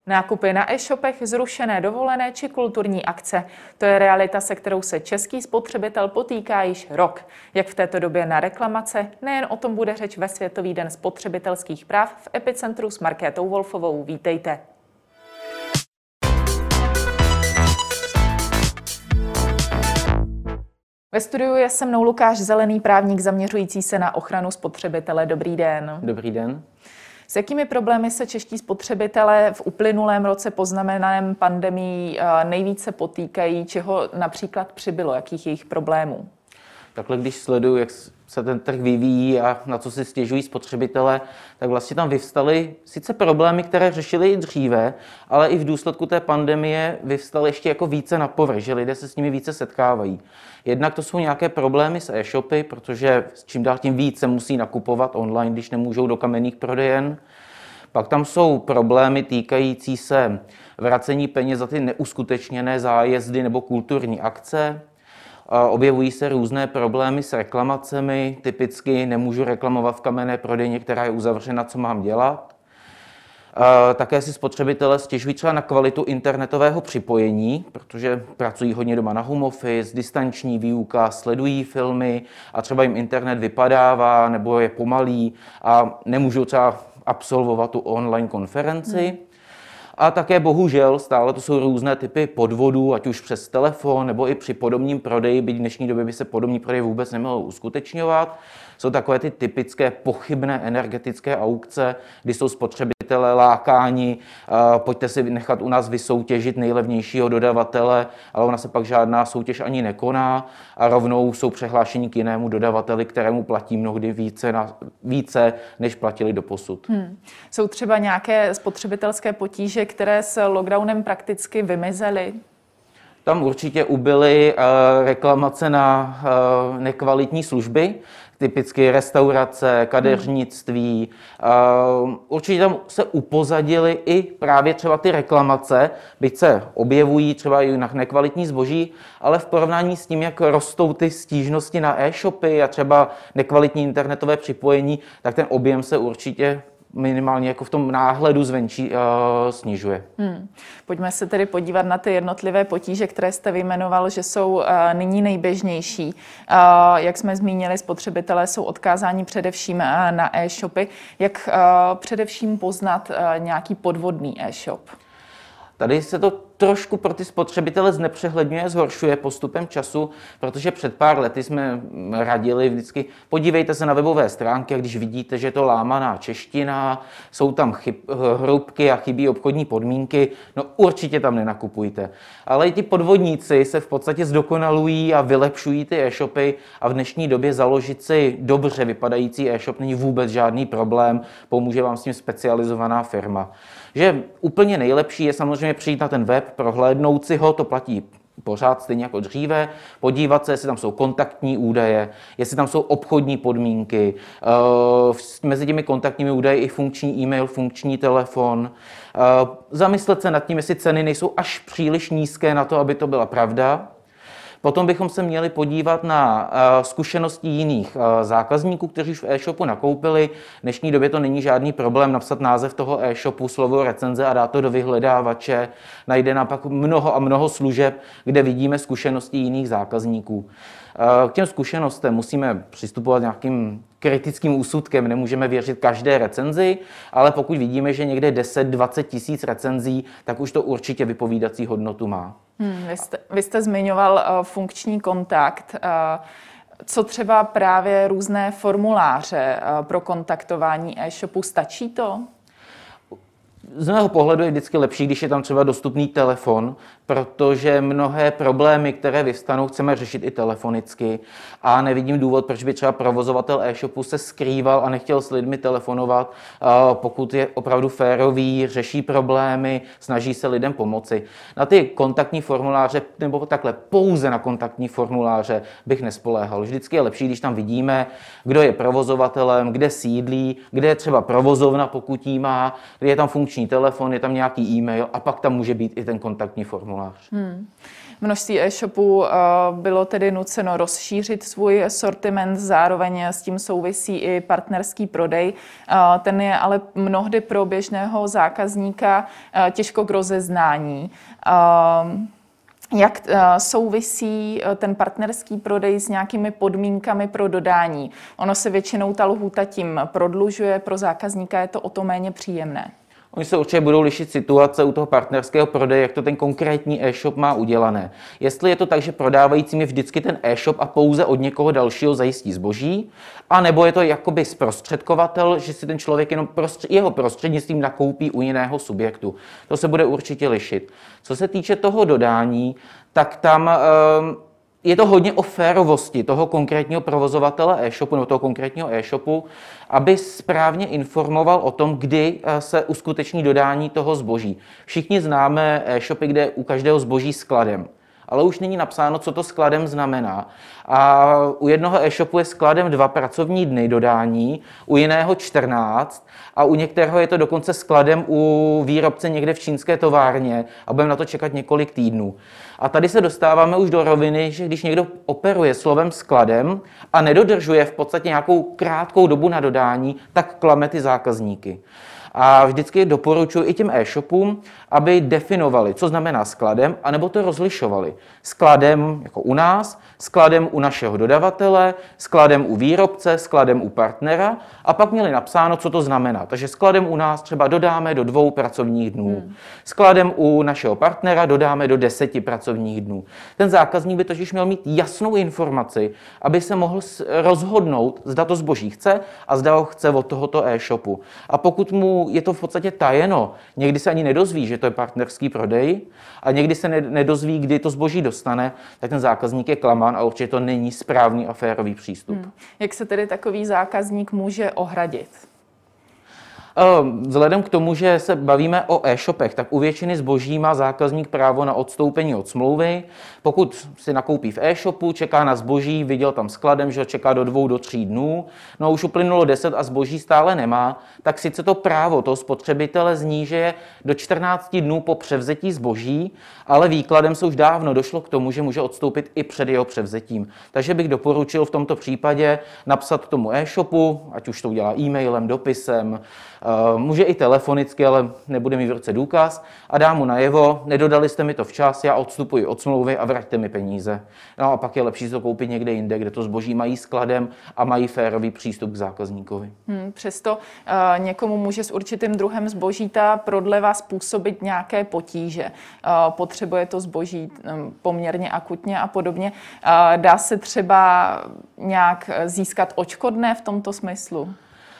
Nákupy na e-shopech, zrušené dovolené či kulturní akce. To je realita, se kterou se český spotřebitel potýká již rok. Jak v této době na reklamace? Nejen o tom bude řeč ve Světový den spotřebitelských práv v Epicentru s Markétou Wolfovou. Vítejte. Ve studiu je se mnou Lukáš Zelený, právník zaměřující se na ochranu spotřebitele. Dobrý den. Dobrý den. S jakými problémy se čeští spotřebitelé v uplynulém roce poznamenaném pandemií nejvíce potýkají, čeho například přibylo, jakých jejich problémů? Takhle, když sleduju, jak se ten trh vyvíjí a na co si stěžují spotřebitelé, tak vlastně tam vyvstaly sice problémy, které řešili i dříve, ale i v důsledku té pandemie vyvstaly ještě jako více na povrch, že lidé se s nimi více setkávají. Jednak to jsou nějaké problémy s e-shopy, protože čím dál tím více musí nakupovat online, když nemůžou do kamenných prodejen. Pak tam jsou problémy týkající se vracení peněz za ty neuskutečněné zájezdy nebo kulturní akce. Objevují se různé problémy s reklamacemi, typicky nemůžu reklamovat v kamenné prodejně, která je uzavřena, co mám dělat. Také si spotřebitelé stěžují třeba na kvalitu internetového připojení, protože pracují hodně doma na home office, distanční výuka, sledují filmy a třeba jim internet vypadává nebo je pomalý a nemůžou třeba absolvovat tu online konferenci. A také bohužel stále to jsou různé typy podvodů, ať už přes telefon nebo i při podomním prodeji, byť v dnešní době by se podomní prodej vůbec nemohl uskutečňovat. Jsou takové ty typické pochybné energetické aukce, kdy jsou spotřebitelé lákáni, pojďte si nechat u nás vysoutěžit nejlevnějšího dodavatele, ale ona se pak žádná soutěž ani nekoná a rovnou jsou přehlášeni k jinému dodavateli, kterému platí mnohdy více než platili doposud. Jsou třeba nějaké spotřebitelské potíže, které s lockdownem prakticky vymizely? Tam určitě ubyly reklamace na nekvalitní služby, typicky restaurace, kadeřnictví. Určitě tam se upozadily i právě třeba ty reklamace, byť se objevují třeba i na nekvalitní zboží, ale v porovnání s tím, jak rostou ty stížnosti na e-shopy a třeba nekvalitní internetové připojení, tak ten objem se určitě minimálně jako v tom náhledu zvenčí snižuje. Pojďme se tedy podívat na ty jednotlivé potíže, které jste vyjmenoval, že jsou nyní nejběžnější. Jak jsme zmínili, spotřebitelé jsou odkázáni především na e-shopy. Jak především poznat nějaký podvodný e-shop? Tady se to trošku pro ty spotřebitele znepřehledňuje, zhoršuje postupem času, protože před pár lety jsme radili vždycky, podívejte se na webové stránky a když vidíte, že je to lámaná čeština, jsou tam hrubky a chybí obchodní podmínky, no určitě tam nenakupujte. Ale i ti podvodníci se v podstatě zdokonalují a vylepšují ty e-shopy a v dnešní době založit si dobře vypadající e-shop není vůbec žádný problém, pomůže vám s tím specializovaná firma. Že úplně nejlepší je samozřejmě přijít na ten web, prohlédnout si ho, to platí pořád stejně jako dříve, podívat se, jestli tam jsou kontaktní údaje, jestli tam jsou obchodní podmínky, mezi těmi kontaktními údaji i funkční e-mail, funkční telefon, zamyslet se nad tím, jestli ceny nejsou až příliš nízké na to, aby to byla pravda. Potom bychom se měli podívat na zkušenosti jiných zákazníků, kteří už v e-shopu nakoupili. V dnešní době to není žádný problém napsat název toho e-shopu, slovo recenze a dát to do vyhledávače. Najde nám pak mnoho a mnoho služeb, kde vidíme zkušenosti jiných zákazníků. K těm zkušenostem musíme přistupovat nějakým kritickým úsudkem, nemůžeme věřit každé recenzi, ale pokud vidíme, že někde 10-20 tisíc recenzí, tak už to určitě vypovídací hodnotu má. Vy jste zmiňoval funkční kontakt. Co třeba právě různé formuláře pro kontaktování e-shopu, stačí to? Z mého pohledu je vždycky lepší, když je tam třeba dostupný telefon, protože mnohé problémy, které vyvstanou, chceme řešit i telefonicky a nevidím důvod, proč by třeba provozovatel e-shopu se skrýval a nechtěl s lidmi telefonovat, pokud je opravdu férový, řeší problémy, snaží se lidem pomoci. Na ty kontaktní formuláře, nebo takhle pouze na kontaktní formuláře bych nespoléhal. Vždycky je lepší, když tam vidíme, kdo je provozovatelem, kde sídlí, kde je třeba provozovna, pokud jí má, kde je tam funkční recepční telefon, je tam nějaký e-mail a pak tam může být i ten kontaktní formulář. Množství e-shopů bylo tedy nuceno rozšířit svůj sortiment, zároveň s tím souvisí i partnerský prodej. Ten je ale mnohdy pro běžného zákazníka těžko k rozeznání. Jak souvisí ten partnerský prodej s nějakými podmínkami pro dodání? Ono se většinou ta lhůta tím prodlužuje, pro zákazníka je to o to méně příjemné. Oni se určitě budou lišit situace u toho partnerského prodeje, jak to ten konkrétní e-shop má udělané. Jestli je to tak, že prodávajícím je vždycky ten e-shop a pouze od někoho dalšího zajistí zboží, anebo je to jakoby zprostředkovatel, že si ten člověk jenom jeho prostřednictvím nakoupí u jiného subjektu. To se bude určitě lišit. Co se týče toho dodání, tak tam je to hodně o férovosti toho konkrétního provozovatele e-shopu nebo toho konkrétního e-shopu, aby správně informoval o tom, kdy se uskuteční dodání toho zboží. Všichni známe e-shopy, kde je u každého zboží skladem, ale už není napsáno, co to skladem znamená. A u jednoho e-shopu je skladem 2 pracovní dny dodání, u jiného 14 a u některého je to dokonce skladem u výrobce někde v čínské továrně a budeme na to čekat několik týdnů. A tady se dostáváme už do roviny, že když někdo operuje slovem skladem a nedodržuje v podstatě nějakou krátkou dobu na dodání, tak klame ty zákazníky. A vždycky doporučuji i těm e-shopům, aby definovali, co znamená skladem, anebo to rozlišovali. Skladem jako u nás, skladem u našeho dodavatele, skladem u výrobce, skladem u partnera a pak měli napsáno, co to znamená. Takže skladem u nás třeba dodáme do 2 pracovních dnů. Skladem u našeho partnera dodáme do 10 pracovních dnů. Ten zákazník by totiž měl mít jasnou informaci, aby se mohl rozhodnout, zda to zboží chce a zda ho chce od tohoto e-shopu. A pokud mu je to v podstatě tajeno, někdy se ani nedozví, že to je partnerský prodej a někdy se nedozví, kdy to zboží dostane, tak ten zákazník je klamán a určitě to není správný a férový přístup. Jak se tedy takový zákazník může ohradit? Vzhledem k tomu, že se bavíme o e-shopech, tak u většiny zboží má zákazník právo na odstoupení od smlouvy. Pokud si nakoupí v e-shopu, čeká na zboží, viděl tam skladem, že čeká do 2 do 3 dnů, no a už uplynulo 10 a zboží stále nemá, tak sice to právo toho spotřebitele zní, že je do 14 dnů po převzetí zboží, ale výkladem se už dávno došlo k tomu, že může odstoupit i před jeho převzetím. Takže bych doporučil v tomto případě napsat k tomu e-shopu, ať už to udělá e-mailem, dopisem, může i telefonicky, ale nebude mít v ruce důkaz a dá mu najevo, nedodali jste mi to včas, já odstupuji od smlouvy a vraťte mi peníze. No a pak je lepší to koupit někde jinde, kde to zboží mají skladem a mají férový přístup k zákazníkovi. Přesto někomu může s určitým druhem zboží ta prodleva způsobit nějaké potíže. Potřebuje to zboží poměrně akutně a podobně. Dá se třeba nějak získat odškodné v tomto smyslu?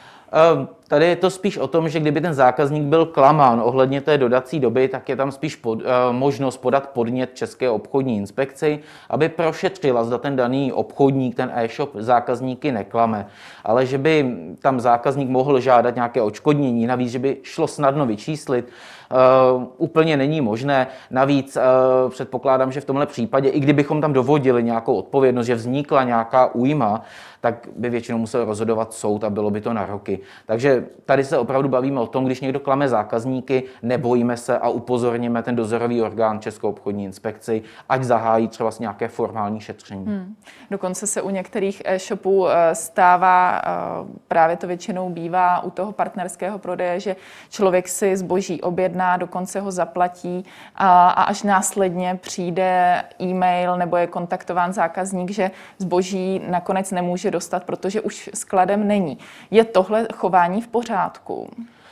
Tady je to spíš o tom, že kdyby ten zákazník byl klamán ohledně té dodací doby, tak je tam spíš možnost podat podnět České obchodní inspekci, aby prošetřila, zda ten daný obchodník, ten e-shop zákazníky neklame. Ale že by tam zákazník mohl žádat nějaké odškodnění, navíc, že by šlo snadno vyčíslit, úplně není možné. Navíc předpokládám, že v tomhle případě, i kdybychom tam dovodili nějakou odpovědnost, že vznikla nějaká újma, tak by většinou musel rozhodovat soud a bylo by to na roky. Takže tady se opravdu bavíme o tom, když někdo klame zákazníky, nebojíme se a upozorníme ten dozorový orgán Českou obchodní inspekci, ať zahájí třeba nějaké formální šetření. Dokonce se u některých e-shopů stává, právě to většinou bývá u toho partnerského prodeje, že člověk si zboží objedná, dokonce ho zaplatí a až následně přijde e-mail nebo je kontaktován zákazník, že zboží nakonec nemůže dostat, protože už skladem není. Je tohle chování v pořádku?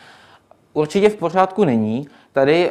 Určitě v pořádku není. Tady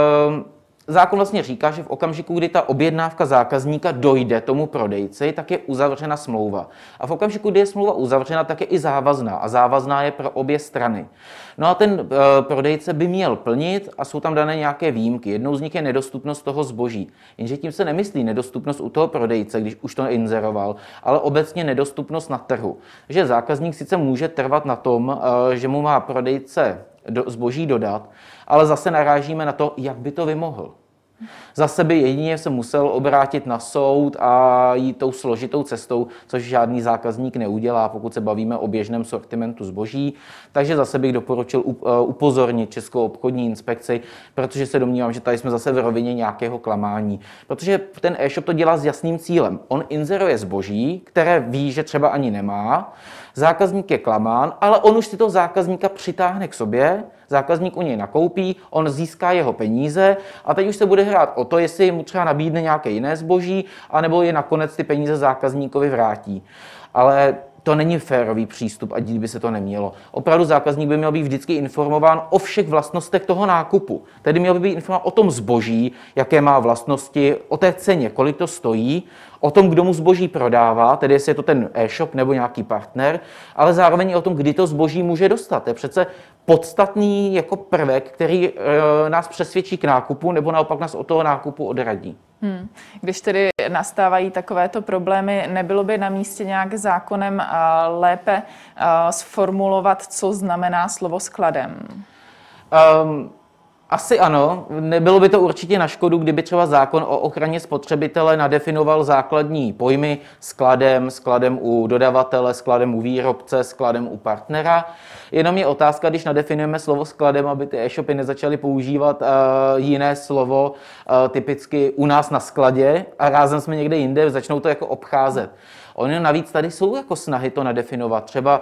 zákon vlastně říká, že v okamžiku, kdy ta objednávka zákazníka dojde tomu prodejci, tak je uzavřena smlouva. A v okamžiku, kdy je smlouva uzavřena, tak je i závazná. A závazná je pro obě strany. No a ten prodejce by měl plnit a jsou tam dané nějaké výjimky. Jednou z nich je nedostupnost toho zboží. Jenže tím se nemyslí nedostupnost u toho prodejce, když už to inzeroval, ale obecně nedostupnost na trhu. Takže zákazník sice může trvat na tom, že mu má prodejce zboží dodat, ale zase narážíme na to, jak by to vymohl. Zase by jedině se musel obrátit na soud a jít tou složitou cestou, což žádný zákazník neudělá, pokud se bavíme o běžném sortimentu zboží. Takže zase bych doporučil upozornit Českou obchodní inspekci, protože se domnívám, že tady jsme zase v rovině nějakého klamání. Protože ten e-shop to dělá s jasným cílem. On inzeruje zboží, které ví, že třeba ani nemá. Zákazník je klamán, ale on už si toho zákazníka přitáhne k sobě, zákazník u něj nakoupí, on získá jeho peníze a teď už se bude hrát o to, jestli mu třeba nabídne nějaké jiné zboží, anebo je nakonec ty peníze zákazníkovi vrátí. Ale to není férový přístup a dít by se to nemělo. Opravdu zákazník by měl být vždycky informován o všech vlastnostech toho nákupu. Tedy měl by být informován o tom zboží, jaké má vlastnosti, o té ceně, kolik to stojí, o tom, kdo mu zboží prodává, tedy jestli je to ten e-shop nebo nějaký partner, ale zároveň i o tom, kdy to zboží může dostat. To je přece podstatný jako prvek, který nás přesvědčí k nákupu nebo naopak nás od toho nákupu odradí. Když tedy nastávají takovéto problémy, nebylo by na místě nějak zákonem lépe sformulovat, co znamená slovo skladem? Asi ano, nebylo by to určitě na škodu, kdyby třeba zákon o ochraně spotřebitele nadefinoval základní pojmy skladem u dodavatele, skladem u výrobce, skladem u partnera. Jenom je otázka, když nadefinujeme slovo skladem, aby ty e-shopy nezačaly používat jiné slovo, typicky u nás na skladě a rázem jsme někde jinde, začnou to jako obcházet. Oni navíc tady jsou jako snahy to nadefinovat. Třeba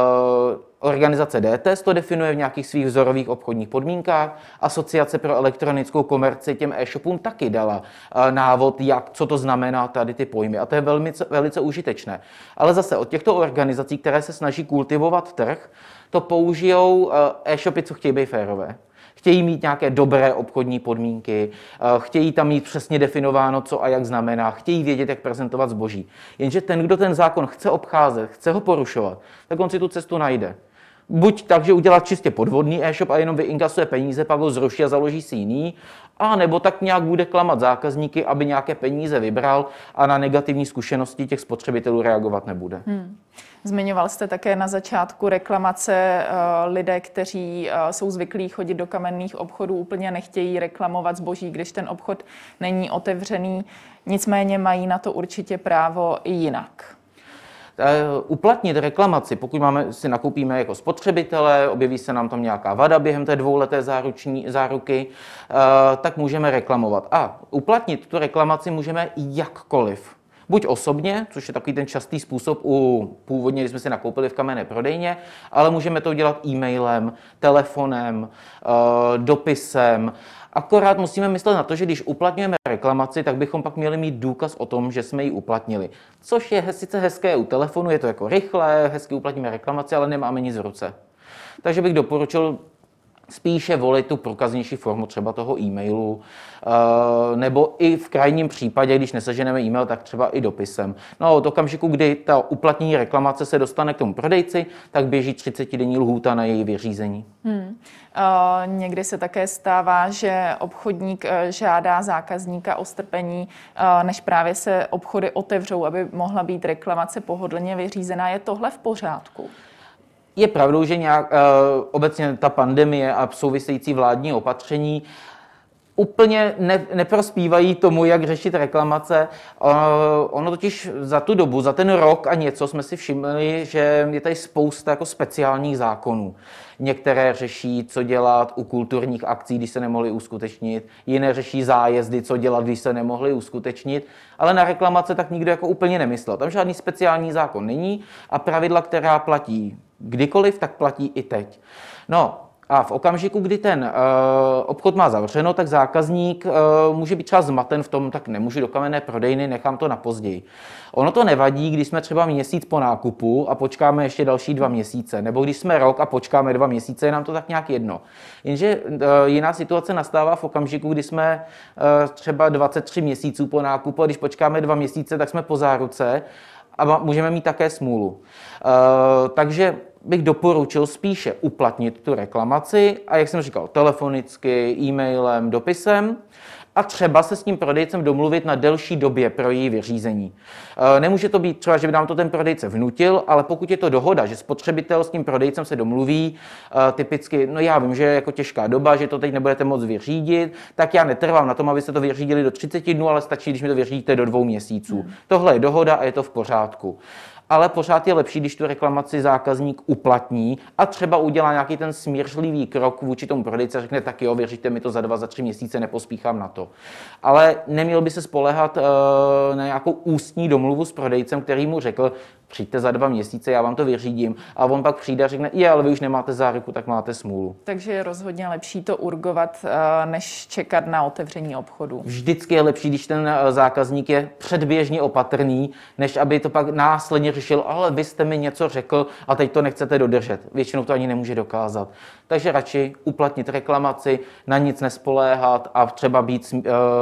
organizace DTS to definuje v nějakých svých vzorových obchodních podmínkách. Asociace pro elektronickou komerci těm e-shopům taky dala návod, co to znamená tady ty pojmy. A to je velice užitečné. Ale zase od těchto organizací, které se snaží kultivovat trh, to použijou e-shopy, co chtějí být férové. Chtějí mít nějaké dobré obchodní podmínky, chtějí tam mít přesně definováno, co a jak znamená, chtějí vědět, jak prezentovat zboží. Jenže ten, kdo ten zákon chce obcházet, chce ho porušovat, tak on si tu cestu najde. Buď tak, že udělá čistě podvodný e-shop a jenom vyinkasuje peníze, pak ho zruší a založí si jiný, a nebo tak nějak bude klamat zákazníky, aby nějaké peníze vybral a na negativní zkušenosti těch spotřebitelů reagovat nebude. Zmiňoval jste také na začátku reklamace. Lidé, kteří jsou zvyklí chodit do kamenných obchodů, úplně nechtějí reklamovat zboží, když ten obchod není otevřený. Nicméně mají na to určitě právo i jinak. Uplatnit reklamaci, pokud si nakoupíme jako spotřebitelé, objeví se nám tam nějaká vada během té dvouleté záruky, tak můžeme reklamovat. A uplatnit tu reklamaci můžeme jakkoliv. Buď osobně, což je takový ten častý způsob původně, když jsme si nakoupili v kamenné prodejně, ale můžeme to dělat e-mailem, telefonem, dopisem. Akorát musíme myslet na to, že když uplatňujeme reklamaci, tak bychom pak měli mít důkaz o tom, že jsme ji uplatnili. Což je sice hezké u telefonu, je to jako rychlé, hezky uplatníme reklamaci, ale nemáme nic v ruce. Takže bych doporučil spíše volit tu průkaznější formu třeba toho e-mailu, nebo i v krajním případě, když neseženeme e-mail, tak třeba i dopisem. No od okamžiku, kdy ta uplatnění reklamace se dostane k tomu prodejci, tak běží 30denní lhůta na její vyřízení. Někdy se také stává, že obchodník žádá zákazníka o strpení, než právě se obchody otevřou, aby mohla být reklamace pohodlně vyřízená. Je tohle v pořádku? Je pravdou, že obecně ta pandemie a související vládní opatření úplně neprospívají tomu, jak řešit reklamace. Ono totiž za tu dobu, za ten rok a něco jsme si všimli, že je tady spousta jako speciálních zákonů. Některé řeší, co dělat u kulturních akcí, když se nemohly uskutečnit. Jiné řeší zájezdy, co dělat, když se nemohly uskutečnit. Ale na reklamace tak nikdo jako úplně nemyslel. Tam žádný speciální zákon není a pravidla, která platí kdykoliv, tak platí i teď. No a v okamžiku, kdy ten obchod má zavřeno, tak zákazník může být třeba zmaten v tom, tak nemůžu do kamenné prodejny, nechám to na později. Ono to nevadí, když jsme třeba měsíc po nákupu a počkáme ještě další 2 měsíce, nebo když jsme rok a počkáme 2 měsíce, je nám to tak nějak jedno. Jenže jiná situace nastává v okamžiku, kdy jsme třeba 23 měsíců po nákupu a když počkáme 2 měsíce, tak jsme po záruce a můžeme mít také smůlu. Takže bych doporučil spíše uplatnit tu reklamaci a jak jsem říkal, telefonicky, e-mailem, dopisem a třeba se s tím prodejcem domluvit na delší době pro její vyřízení. Nemůže to být třeba, že by nám to ten prodejce vnutil, ale pokud je to dohoda, že spotřebitel s tím prodejcem se domluví, typicky, no já vím, že je jako těžká doba, že to teď nebudete moc vyřídit, tak já netrvám na tom, abyste to vyřídili do 30 dnů, ale stačí, když mi to vyřídíte do 2 měsíců. Tohle je dohoda a je to v pořádku. Ale pořád je lepší, když tu reklamaci zákazník uplatní a třeba udělá nějaký ten smířlivý krok vůči tomu prodejci a řekne, tak jo, věříte mi to za 2, za 3 měsíce, nepospíchám na to. Ale neměl by se spoléhat na nějakou ústní domluvu s prodejcem, který mu řekl, přijďte za 2 měsíce, já vám to vyřídím. A on pak přijde a řekne, ale vy už nemáte záruku, tak máte smůlu. Takže je rozhodně lepší to urgovat, než čekat na otevření obchodu. Vždycky je lepší, když ten zákazník je předběžně opatrný, než aby to pak následně řešil, ale vy jste mi něco řekl a teď to nechcete dodržet. Většinou to ani nemůže dokázat. Takže radši uplatnit reklamaci, na nic nespoléhat a třeba být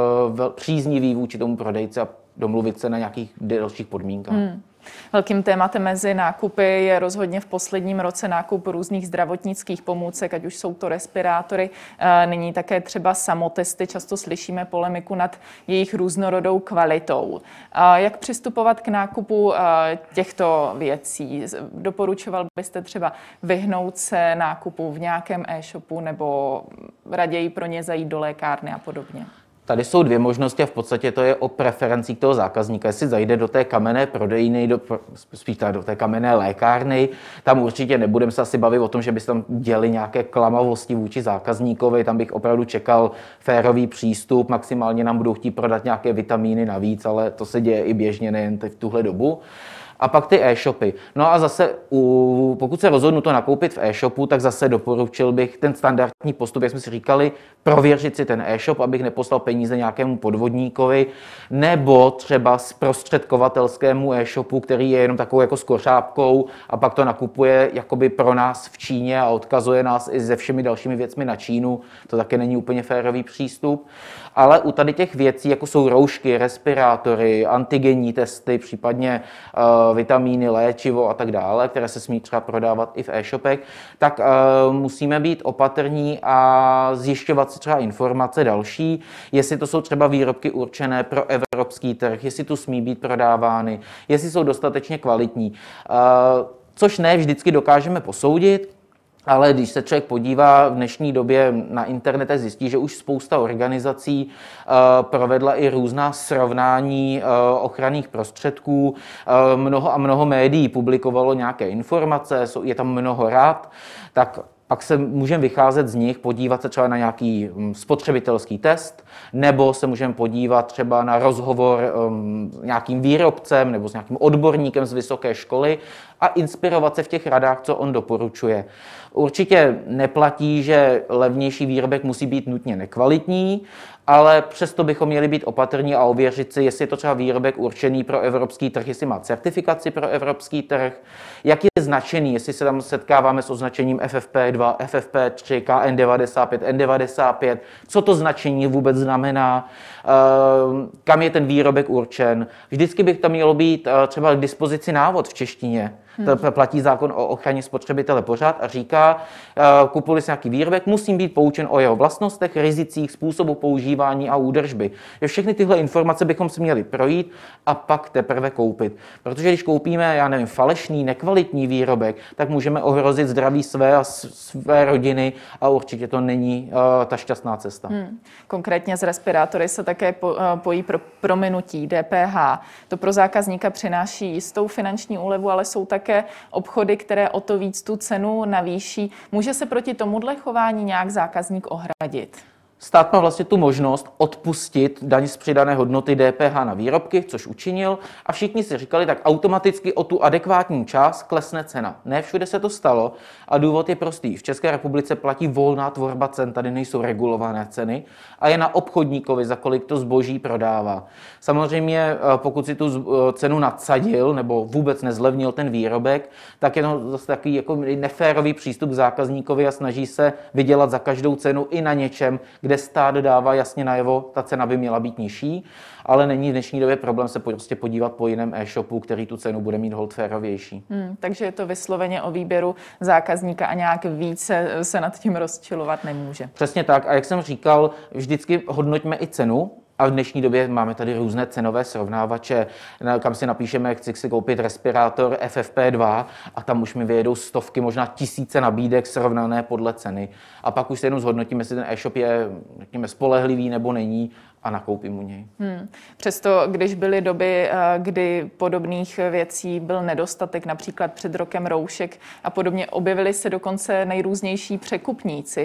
příznivý vůči tomu prodejci a domluvit se na nějakých dalších podmínkách. Velkým tématem mezi nákupy je rozhodně v posledním roce nákup různých zdravotnických pomůcek, ať už jsou to respirátory, nyní také třeba samotesty. Často slyšíme polemiku nad jejich různorodou kvalitou. Jak přistupovat k nákupu těchto věcí? Doporučoval byste třeba vyhnout se nákupu v nějakém e-shopu nebo raději pro ně zajít do lékárny a podobně? Tady jsou 2 možnosti a v podstatě to je o preferencích toho zákazníka. Jestli zajde do té kamenné prodejny, spíš do té kamenné lékárny, tam určitě nebudeme se asi bavit o tom, že by se tam děli nějaké klamavosti vůči zákazníkovi, tam bych opravdu čekal férový přístup, maximálně nám budou chtít prodat nějaké vitamíny navíc, ale to se děje i běžně, nejen v tuhle dobu. A pak ty e-shopy. No a zase, pokud se rozhodnu to nakoupit v e-shopu, tak zase doporučil bych ten standardní postup, jak jsme si říkali, prověřit si ten e-shop, abych neposlal peníze nějakému podvodníkovi, nebo třeba zprostředkovatelskému e-shopu, který je jenom takovou jako skořápkou a pak to nakupuje jakoby pro nás v Číně a odkazuje nás i se všemi dalšími věcmi na Čínu. To také není úplně férový přístup. Ale u tady těch věcí, jako jsou roušky, respirátory, antigenní testy, případně vitamíny, léčivo a tak dále, které se smí třeba prodávat i v e-shopech, tak musíme být opatrní a zjišťovat si třeba informace další, jestli to jsou třeba výrobky určené pro evropský trh, jestli tu smí být prodávány, jestli jsou dostatečně kvalitní, což ne vždycky dokážeme posoudit. Ale když se člověk podívá v dnešní době na internet, zjistí, že už spousta organizací provedla i různá srovnání ochranných prostředků. Mnoho médií publikovalo nějaké informace, je tam mnoho rad, tak pak se můžeme vycházet z nich, podívat se třeba na nějaký spotřebitelský test, nebo se můžeme podívat třeba na rozhovor s nějakým výrobcem nebo s nějakým odborníkem z vysoké školy a inspirovat se v těch radách, co on doporučuje. Určitě neplatí, že levnější výrobek musí být nutně nekvalitní, ale přesto bychom měli být opatrní a ověřit si, jestli je to třeba výrobek určený pro evropský trh, jestli má certifikaci pro evropský trh, jak je značený, jestli se tam setkáváme s označením FFP2, FFP3, KN95, N95, co to značení vůbec znamená, kam je ten výrobek určen. Vždycky by tam mělo být třeba k dispozici návod v češtině. To platí zákon o ochraně spotřebitele pořád a říká, kupuji si nějaký výrobek, musím být poučen o jeho vlastnostech, rizicích, způsobu používání a údržby. Všechny tyhle informace bychom si měli projít a pak teprve koupit. Protože když koupíme, falešný, nekvalitní výrobek, tak můžeme ohrozit zdraví své a své rodiny a určitě to není ta šťastná cesta. Konkrétně z respirátory se také pojí prominutí DPH. To pro zákazníka přináší jistou finanční úlevu, ale jsou také obchody, které o to víc tu cenu navýší. Může se proti tomuhle chování nějak zákazník ohradit? Stát má vlastně tu možnost odpustit daň z přidané hodnoty DPH na výrobky, což učinil, a všichni si říkali, tak automaticky o tu adekvátní část klesne cena. Ne všude se to stalo a důvod je prostý. V České republice platí volná tvorba cen, tady nejsou regulované ceny a je na obchodníkovi, za kolik to zboží prodává. Samozřejmě, pokud si tu cenu nadsadil nebo vůbec nezlevnil ten výrobek, tak je to zase takový jako neférový přístup k zákazníkovi a snaží se vydělat za každou cenu i na něčem, kde kde stát dává jasně najevo, ta cena by měla být nižší, ale není v dnešní době problém se prostě podívat po jiném e-shopu, který tu cenu bude mít hold férovější. Takže je to vysloveně o výběru zákazníka a nějak více se nad tím rozčilovat nemůže. Přesně tak. A jak jsem říkal, vždycky hodnoťme i cenu. A v dnešní době máme tady různé cenové srovnávače, kam si napíšeme, chci si koupit respirátor FFP2 a tam už mi vyjedou stovky, možná tisíce nabídek srovnané podle ceny. A pak už se jenom zhodnotíme, jestli ten e-shop je, řekněme, spolehlivý nebo není a nakoupím u něj. Přesto, když byly doby, kdy podobných věcí byl nedostatek, například před rokem roušek a podobně, objevily se dokonce nejrůznější překupníci.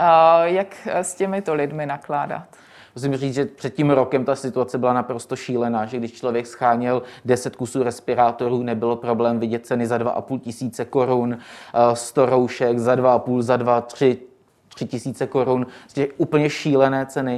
Jak s těmito lidmi nakládat? Musím říct, že před tím rokem ta situace byla naprosto šílená, že když člověk scháněl 10 kusů respirátorů, nebylo problém vidět ceny za 2,5 tisíce korun, 100 roušek za 2,5, za 2, 3 tisíce korun, úplně šílené ceny.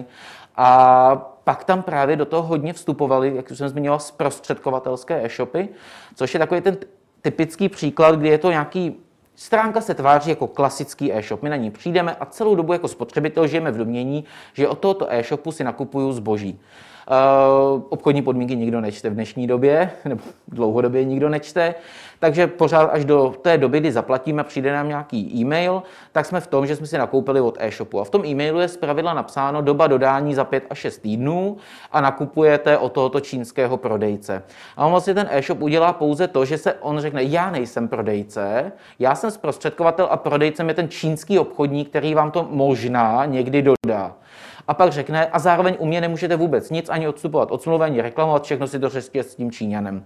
A pak tam právě do toho hodně vstupovaly, jak už jsem zmiňoval, zprostředkovatelské e-shopy, což je takový ten typický příklad, kdy je to nějaký stránka se tváří jako klasický e-shop. My na ní přijdeme a celou dobu jako spotřebitel žijeme v domnění, že od tohoto e-shopu si nakupuju zboží. Obchodní podmínky nikdo nečte v dnešní době, nebo dlouhodobě nikdo nečte, takže pořád až do té doby, kdy zaplatíme, přijde nám nějaký e-mail, tak jsme v tom, že jsme si nakoupili od e-shopu. A v tom e-mailu je zpravidla napsáno doba dodání za 5 až 6 týdnů a nakupujete od tohoto čínského prodejce. A on vlastně ten e-shop udělá pouze to, že se on řekne, já nejsem prodejce, já jsem zprostředkovatel a prodejcem je ten čínský obchodník, který vám to možná někdy dodá. A pak řekne, a zároveň u mě nemůžete vůbec nic, ani odstupovat od smlouvy, ani reklamovat, všechno si to řešíte s tím Číňanem.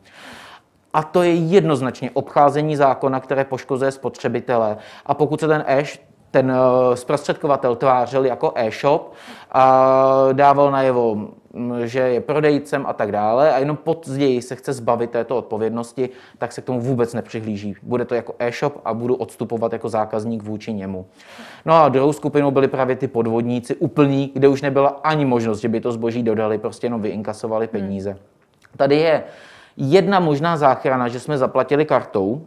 A to je jednoznačně obcházení zákona, které poškozuje spotřebitele. A pokud se ten zprostředkovatel tvářil jako e-shop a dával najevo, že je prodejcem a tak dále a jenom později se chce zbavit této odpovědnosti, tak se k tomu vůbec nepřihlíží. Bude to jako e-shop a budu odstupovat jako zákazník vůči němu. No a druhou skupinou byli právě ty podvodníci úplní, kde už nebyla ani možnost, že by to zboží dodali, prostě jenom vyinkasovali peníze. Tady je jedna možná záchrana, že jsme zaplatili kartou,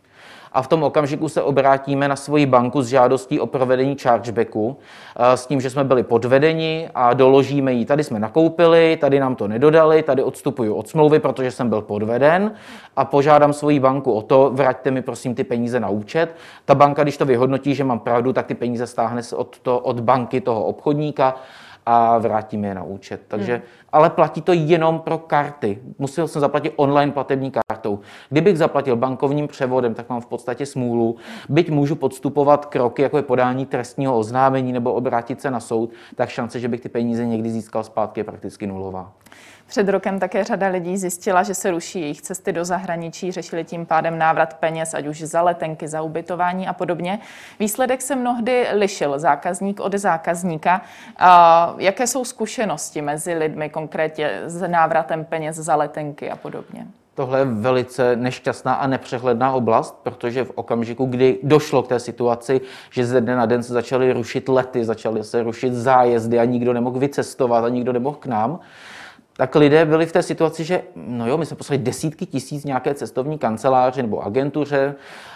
a v tom okamžiku se obrátíme na svoji banku s žádostí o provedení chargebacku s tím, že jsme byli podvedeni a doložíme jí, tady jsme nakoupili, tady nám to nedodali, tady odstupuju od smlouvy, protože jsem byl podveden a požádám svoji banku o to, vraťte mi prosím ty peníze na účet. Ta banka, když to vyhodnotí, že mám pravdu, tak ty peníze stáhne se od banky toho obchodníka a vrátíme je na účet. Takže, ale platí to jenom pro karty. Musel jsem zaplatit online platební kartou. Kdybych zaplatil bankovním převodem, tak mám v podstatě smůlu. Byť můžu podstupovat kroky, jako je podání trestního oznámení nebo obrátit se na soud, tak šance, že bych ty peníze někdy získal zpátky, je prakticky nulová. Před rokem také řada lidí zjistila, že se ruší jejich cesty do zahraničí, řešili tím pádem návrat peněz, ať už za letenky, za ubytování a podobně. Výsledek se mnohdy lišil zákazník od zákazníka. Jaké jsou zkušenosti mezi lidmi konkrétně s návratem peněz za letenky a podobně? Tohle je velice nešťastná a nepřehledná oblast, protože v okamžiku, kdy došlo k té situaci, že ze dne na den se začaly rušit lety, začaly se rušit zájezdy a nikdo nemohl vycestovat a nikdo nemohl k nám, tak lidé byli v té situaci, že no jo, my jsme poslali desítky tisíc nějaké cestovní kanceláři nebo agentuře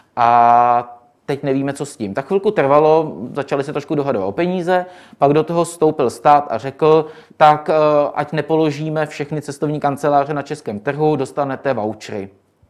a teď nevíme, co s tím. Tak chvilku trvalo, začali se trošku dohadovat o peníze, pak do toho vstoupil stát a řekl, tak ať nepoložíme všechny cestovní kanceláře na českém trhu, dostanete vouchery.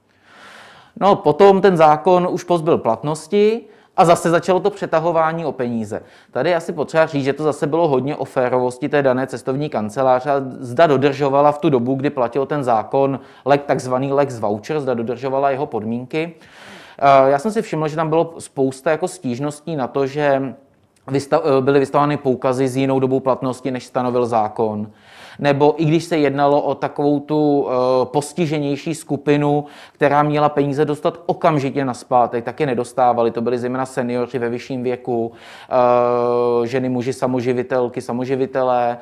No potom ten zákon už pozbyl platnosti a zase začalo to přetahování o peníze. Tady je asi potřeba říct, že to zase bylo hodně o férovosti té dané cestovní kanceláře a zda dodržovala v tu dobu, kdy platil ten zákon takzvaný lex voucher, zda dodržovala jeho podmínky. Já jsem si všiml, že tam bylo spousta jako stížností na to, že byly vystavány poukazy s jinou dobou platnosti, než stanovil zákon. Nebo i když se jednalo o takovou tu postiženější skupinu, která měla peníze dostat okamžitě nazpátek, tak je nedostávali. To byli zejména seniori ve vyšším věku, ženy, muži, samoživitelky, samoživitelé.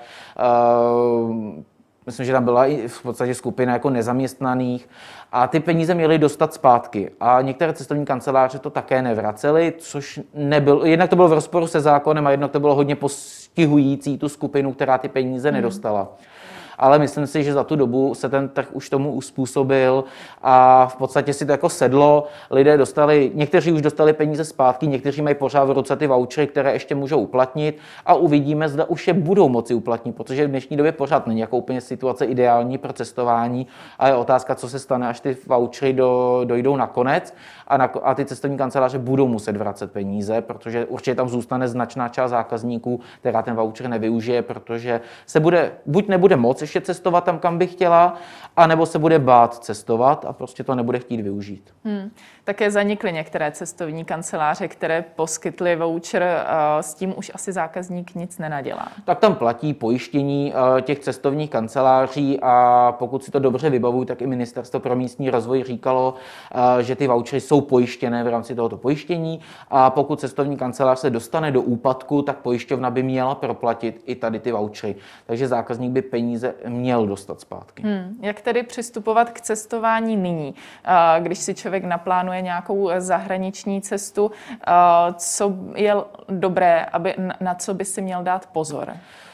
Myslím, že tam byla i v podstatě skupina jako nezaměstnaných a ty peníze měly dostat zpátky. A některé cestovní kanceláře to také nevracely, což nebylo, jednak to bylo v rozporu se zákonem a jednak to bylo hodně postihující tu skupinu, která ty peníze nedostala. ale myslím si, že za tu dobu se ten trh už tomu uspůsobil a v podstatě si to jako sedlo. Lidé někteří už dostali peníze zpátky, někteří mají pořád v ruce ty vouchery, které ještě můžou uplatnit a uvidíme, zda už je budou moci uplatnit, protože v dnešní době pořád není jako úplně situace ideální pro cestování a je otázka, co se stane, až ty vouchery dojdou na konec a ty cestovní kanceláře budou muset vracet peníze, protože určitě tam zůstane značná část zákazníků, která ten voucher nevyužije, protože se buď nebude moc ještě cestovat tam, kam by chtěla, anebo se bude bát cestovat a prostě to nebude chtít využít. Také zanikly některé cestovní kanceláře, které poskytly voucher, s tím už asi zákazník nic nenadělá. Tak tam platí pojištění těch cestovních kanceláří a pokud si to dobře vybavuju, tak i Ministerstvo pro místní rozvoj říkalo, že ty vouchery jsou pojištěné v rámci tohoto pojištění a pokud cestovní kancelář se dostane do úpadku, tak pojišťovna by měla proplatit i tady ty vouchery. Takže zákazník by peníze měl dostat zpátky. Jak tedy přistupovat k cestování nyní? Když si člověk naplánuje nějakou zahraniční cestu, co je dobré, na co by si měl dát pozor?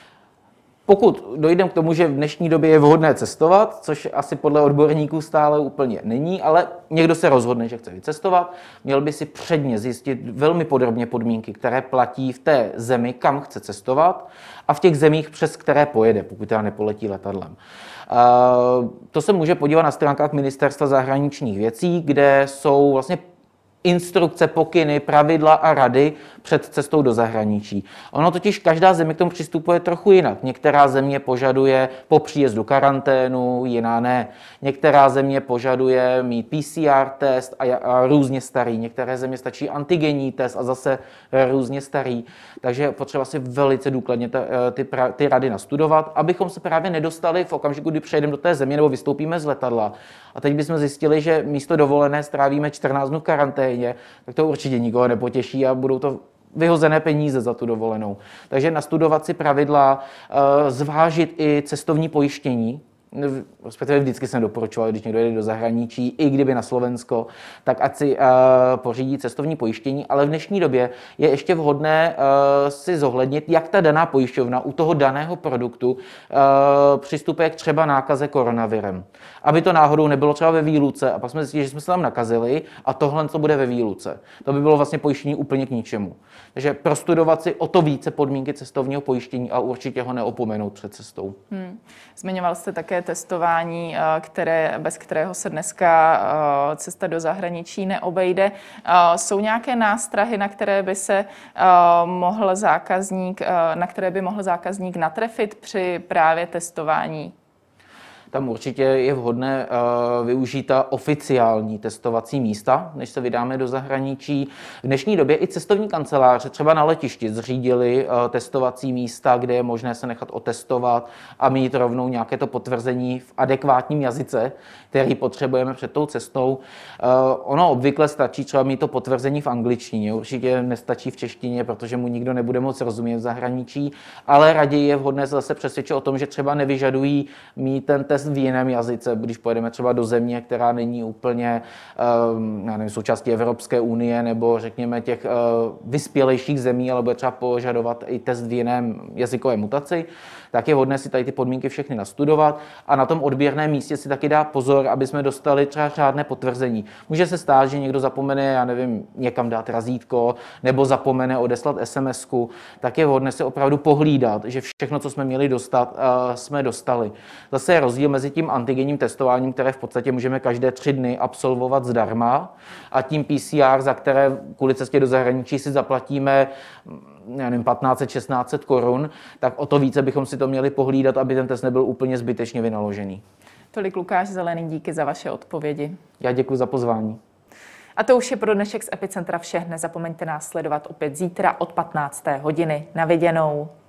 Pokud dojdeme k tomu, že v dnešní době je vhodné cestovat, což asi podle odborníků stále úplně není, ale někdo se rozhodne, že chce vycestovat, měl by si předně zjistit velmi podrobně podmínky, které platí v té zemi, kam chce cestovat a v těch zemích, přes které pojede, pokud teda nepoletí letadlem. To se může podívat na stránkách Ministerstva zahraničních věcí, kde jsou vlastně instrukce, pokyny, pravidla a rady před cestou do zahraničí. Ono totiž každá země k tomu přistupuje trochu jinak. Některá země požaduje po příjezdu karanténu, jiná ne. Některá země požaduje mít PCR test a různě starý. Některé země stačí antigenní test a zase různě starý. Takže je potřeba si velice důkladně ty rady nastudovat, abychom se právě nedostali v okamžiku, kdy přejdeme do té země nebo vystoupíme z letadla. A teď bychom zjistili, že místo dovolené strávíme 14 dnů v karanténě, tak to určitě nikoho nepotěší a budou to vyhozené peníze za tu dovolenou. Takže nastudovat si pravidla, zvážit i cestovní pojištění, respektive vždycky jsem doporučoval, když někdo jede do zahraničí, i kdyby na Slovensko, tak ať si pořídí cestovní pojištění, ale v dnešní době je ještě vhodné si zohlednit, jak ta daná pojišťovna u toho daného produktu přistupuje k třeba nákaze koronavirem. Aby to náhodou nebylo třeba ve výluce a pak jsme zjistili, že jsme se tam nakazili a tohle, co bude ve výluce. To by bylo vlastně pojištění úplně k ničemu. Takže prostudovat si o to více podmínky cestovního pojištění a určitě ho neopomenout před cestou. Zmiňoval jste také testování, bez kterého se dneska cesta do zahraničí neobejde. Jsou nějaké nástrahy, na které by mohl zákazník natrefit při právě testování? Tam určitě je vhodné využít ta oficiální testovací místa, než se vydáme do zahraničí. V dnešní době i cestovní kanceláře třeba na letišti zřídili testovací místa, kde je možné se nechat otestovat a mít rovnou nějaké to potvrzení v adekvátním jazyce, který potřebujeme před tou cestou. Ono obvykle stačí třeba mít to potvrzení v angličtině, určitě nestačí v češtině, protože mu nikdo nebude moc rozumět v zahraničí, ale raději je vhodné zase přesvědčit o tom, že třeba nevyžadují mít ten test v jiném jazyce, když pojedeme třeba do země, která není úplně součástí Evropské unie nebo řekněme těch vyspělejších zemí, ale bude třeba požadovat i test v jiném jazykové mutaci, tak je vhodné si tady ty podmínky všechny nastudovat a na tom odběrném místě si taky dá pozor, aby jsme dostali třeba řádné potvrzení. Může se stát, že někdo zapomene, někam dát razítko nebo zapomene odeslat SMS-ku, tak je vhodné si opravdu pohlídat, že všechno, co jsme měli dostat, jsme dostali. Zase je rozdíl mezi tím antigenním testováním, které v podstatě můžeme každé 3 dny absolvovat zdarma, a tím PCR, za které kvůli cestě do zahraničí si zaplatíme 1500-1600 korun, tak o to více bychom si to měli pohlídat, aby ten test nebyl úplně zbytečně vynaložený. Tolik Lukáš Zelený, díky za vaše odpovědi. Já děkuji za pozvání. A to už je pro dnešek z Epicentra vše. Nezapomeňte nás sledovat opět zítra od 15. hodiny. Na viděnou.